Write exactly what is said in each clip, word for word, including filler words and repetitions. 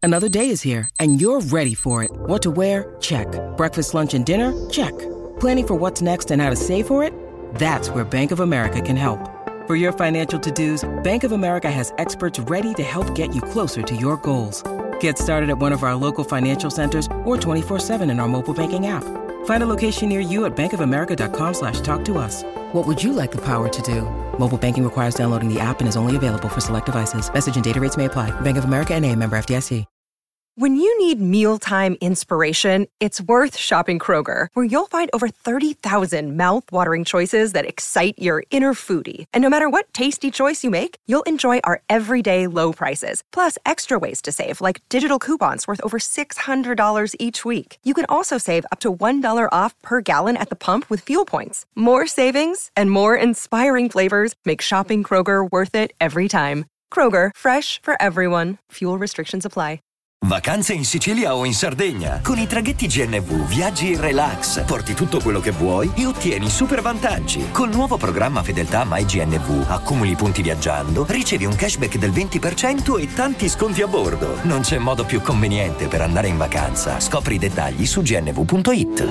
Another day is here, and you're ready for it. What to wear? Check. Breakfast, lunch, and dinner? Check. Planning for what's next and how to save for it? That's where Bank of America can help. For your financial to-dos, Bank of America has experts ready to help get you closer to your goals. Get started at one of our local financial centers or twenty-four seven in our mobile banking app. Find a location near you at bankofamerica.com slash talk to us. What would you like the power to do? Mobile banking requires downloading the app and is only available for select devices. Message and data rates may apply. Bank of America N A, member F D I C. When you need mealtime inspiration, it's worth shopping Kroger, where you'll find over thirty thousand mouth-watering choices that excite your inner foodie. And no matter what tasty choice you make, you'll enjoy our everyday low prices, plus extra ways to save, like digital coupons worth over six hundred dollars each week. You can also save up to one dollar off per gallon at the pump with fuel points. More savings and more inspiring flavors make shopping Kroger worth it every time. Kroger, fresh for everyone. Fuel restrictions apply. Vacanze in Sicilia o in Sardegna. Con i traghetti G N V viaggi in relax, porti tutto quello che vuoi e ottieni super vantaggi. Col nuovo programma Fedeltà MyGNV accumuli punti viaggiando, ricevi un cashback del venti per cento e tanti sconti a bordo. Non c'è modo più conveniente per andare in vacanza. Scopri i dettagli su g n v punto i t.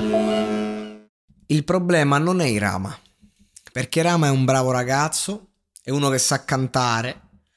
Il problema non è Irama, perché Irama è un bravo ragazzo, è uno che sa cantare.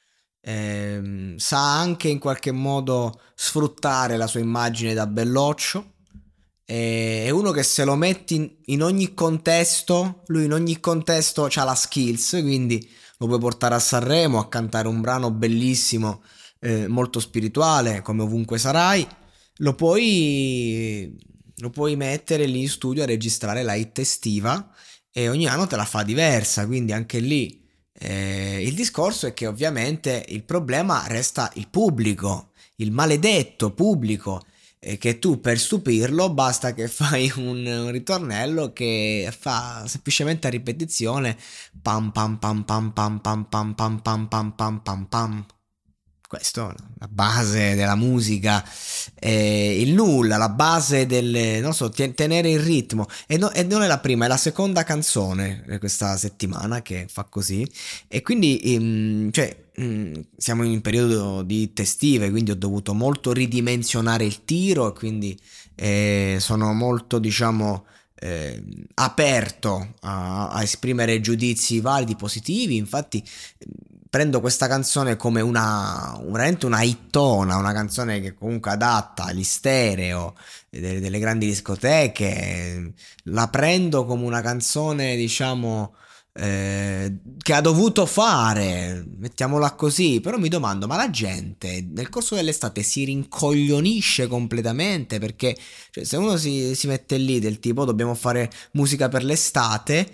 Eh, sa anche in qualche modo sfruttare la sua immagine da belloccio, eh, è uno che se lo metti in, in ogni contesto, lui in ogni contesto c'ha la skills, quindi lo puoi portare a Sanremo a cantare un brano bellissimo, eh, molto spirituale come Ovunque Sarai, lo puoi, lo puoi mettere lì in studio a registrare la hit estiva e ogni anno te la fa diversa, quindi anche lì Eh, il discorso è che ovviamente il problema resta il pubblico, il maledetto pubblico, eh, che tu per stupirlo basta che fai un, un ritornello che fa semplicemente a ripetizione pam pam pam pam pam pam pam pam pam pam pam pam pam. Questo è la base della musica, eh, il nulla, la base del, non so, tenere il ritmo. E, no, e non è la prima, è la seconda canzone questa settimana che fa così. E quindi, um, cioè, um, siamo in un periodo di estive, quindi ho dovuto molto ridimensionare il tiro e quindi eh, sono molto, diciamo, eh, aperto a, a esprimere giudizi validi, positivi. Infatti prendo questa canzone come una veramente una hittona, una canzone che comunque adatta agli stereo delle, delle grandi discoteche. La prendo come una canzone, diciamo, eh, che ha dovuto fare, mettiamola così. Però mi domando, ma la gente nel corso dell'estate si rincoglionisce completamente? Perché cioè, se uno si, si mette lì del tipo dobbiamo fare musica per l'estate,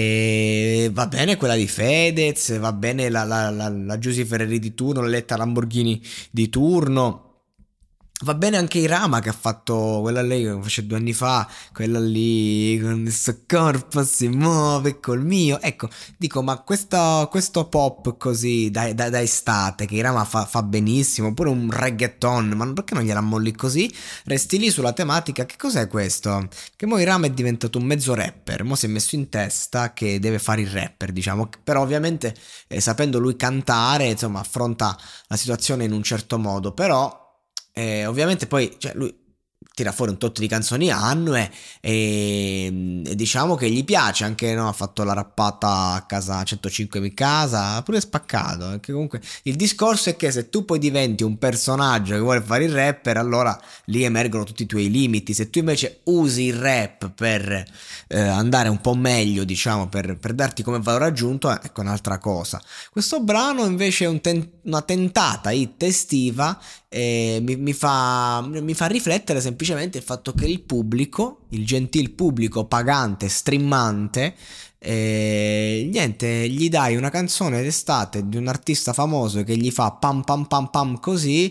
e va bene quella di Fedez, va bene la, la, la, la Giusy Ferreri di turno, l'Eletta Lamborghini di turno, va bene anche Irama che ha fatto quella lì che fece due anni fa, quella lì con il suo corpo si muove col mio. Ecco, dico, ma questo, questo pop così da, da, da estate che Irama fa, fa benissimo, oppure un reggaeton, ma perché non gliela molli così? Resti lì sulla tematica. Che cos'è questo? Che mo Irama è diventato un mezzo rapper, mo si è messo in testa che deve fare il rapper, diciamo, però ovviamente eh, sapendo lui cantare, insomma, affronta la situazione in un certo modo, però Eh, ovviamente poi cioè, lui tira fuori un tot di canzoni annue e, e diciamo che gli piace anche, no? Ha fatto la rappata a casa centocinque mi casa, ha pure spaccato, perché comunque il discorso è che se tu poi diventi un personaggio che vuole fare il rapper, allora lì emergono tutti i tuoi limiti. Se tu invece usi il rap per eh, andare un po' meglio, diciamo, per, per darti come valore aggiunto, ecco un'altra cosa. Questo brano invece è un ten- una tentata hit estiva e mi, mi, fa, mi fa riflettere semplicemente il fatto che il pubblico, il gentil pubblico pagante, streamante, eh, niente, gli dai una canzone d'estate di un artista famoso che gli fa pam pam pam pam così,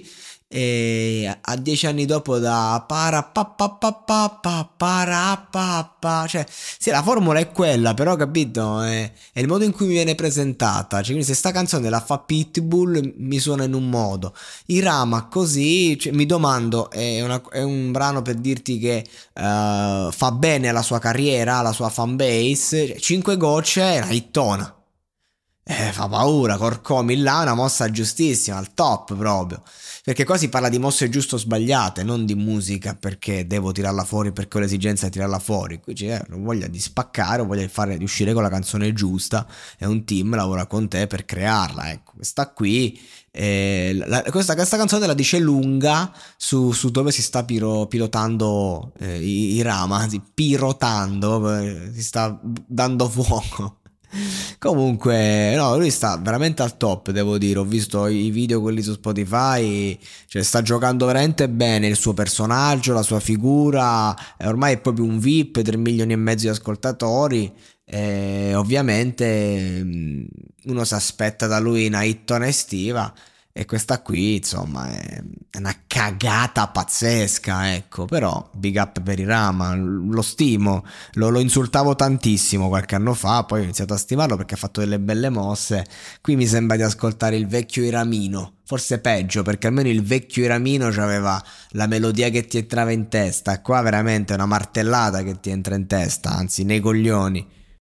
e a dieci anni dopo da para pa pa pa pa pa para pa pa, cioè sì, la formula è quella, però capito è, è il modo in cui mi viene presentata. Cioè, quindi se sta canzone la fa Pitbull mi suona in un modo, Irama così, cioè, mi domando, è, una, è un brano per dirti che uh, fa bene alla sua carriera, alla sua fanbase, cioè, cinque gocce è una hittona. Eh, fa paura, Corcomi là, una mossa giustissima, al top proprio. Perché qua si parla di mosse giuste o sbagliate, non di musica perché devo tirarla fuori, perché ho l'esigenza di tirarla fuori. Qui c'è eh, voglia di spaccare, voglia di fare, di uscire con la canzone giusta, e un team lavora con te per crearla. Ecco, questa qui, eh, la, questa, questa canzone la dice lunga su, su dove si sta piro, pilotando eh, i, i Rama, anzi pirotando, eh, si sta dando fuoco. Comunque, no, lui sta veramente al top, devo dire. Ho visto i video quelli su Spotify, cioè sta giocando veramente bene il suo personaggio, la sua figura. È ormai è proprio un V I P, tre milioni e mezzo di ascoltatori. E ovviamente mm, uno si aspetta da lui una hittone estiva. E questa qui, insomma, è una cagata pazzesca, ecco. Però, big up per i Rama, lo stimo, lo, lo insultavo tantissimo qualche anno fa, poi ho iniziato a stimarlo perché ha fatto delle belle mosse. Qui mi sembra di ascoltare il vecchio Iramino, forse peggio, perché almeno il vecchio Iramino aveva la melodia che ti entrava in testa. Qua veramente è una martellata che ti entra in testa, anzi, nei coglioni.